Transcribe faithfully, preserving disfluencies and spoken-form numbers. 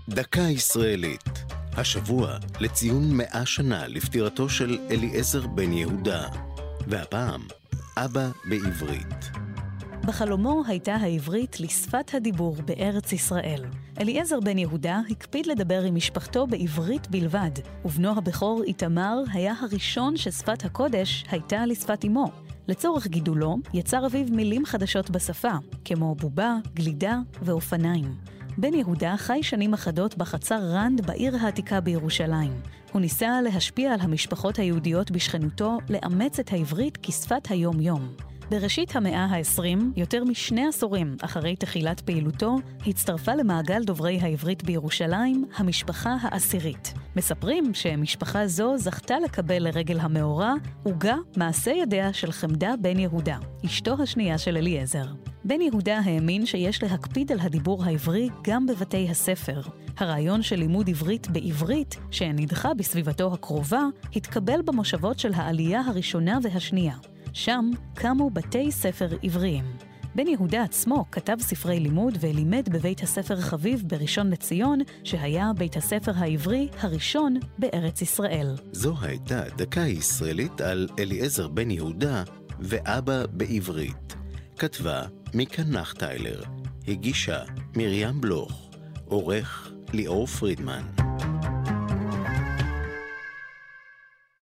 דקה ישראלית. השבוע לציון מאה שנה לפטירתו של אליעזר בן יהודה. והפעם, אבא בעברית. בחלומו הייתה העברית לשפת הדיבור בארץ ישראל. אליעזר בן יהודה הקפיד לדבר עם משפחתו בעברית בלבד, ובנו הבכור איתמר היה הראשון ששפת הקודש הייתה לשפת אמו. לצורך גידולו יצר אביו מילים חדשות בשפה, כמו בובה, גלידה ואופניים. בן יהודה חי שנים אחדות בחצר רנד בעיר העתיקה בירושלים. הוא ניסה להשפיע על המשפחות היהודיות בשכנותו לאמץ את העברית כשפת היום-יום. בראשית המאה ה-עשרים, יותר משני עשורים אחרי תחילת פעילותו, הצטרפה למעגל דוברי העברית בירושלים המשפחה העשירית. מספרים שמשפחה זו זכתה לקבל לרגל המאורע עוגה מעשה ידיה של חמדה בן יהודה, אשתו השנייה של אליעזר. בן יהודה האמין שיש להקפיד על הדיבור העברי גם בבתי הספר. הרעיון של לימוד עברית בעברית, שנדחה בסביבתו הקרובה, התקבל במושבות של העלייה הראשונה והשנייה. שם קמו בתי ספר עבריים. בן יהודה עצמו כתב ספרי לימוד ולימד בבית הספר חביב בראשון לציון, שהיה בית הספר העברי הראשון בארץ ישראל. זו הייתה דקה ישראלית על אליעזר בן יהודה ואבא בעברית. כתבה מיקה נחטיילר, הגישה מרים בלוך, עורך ליאור פרידמן.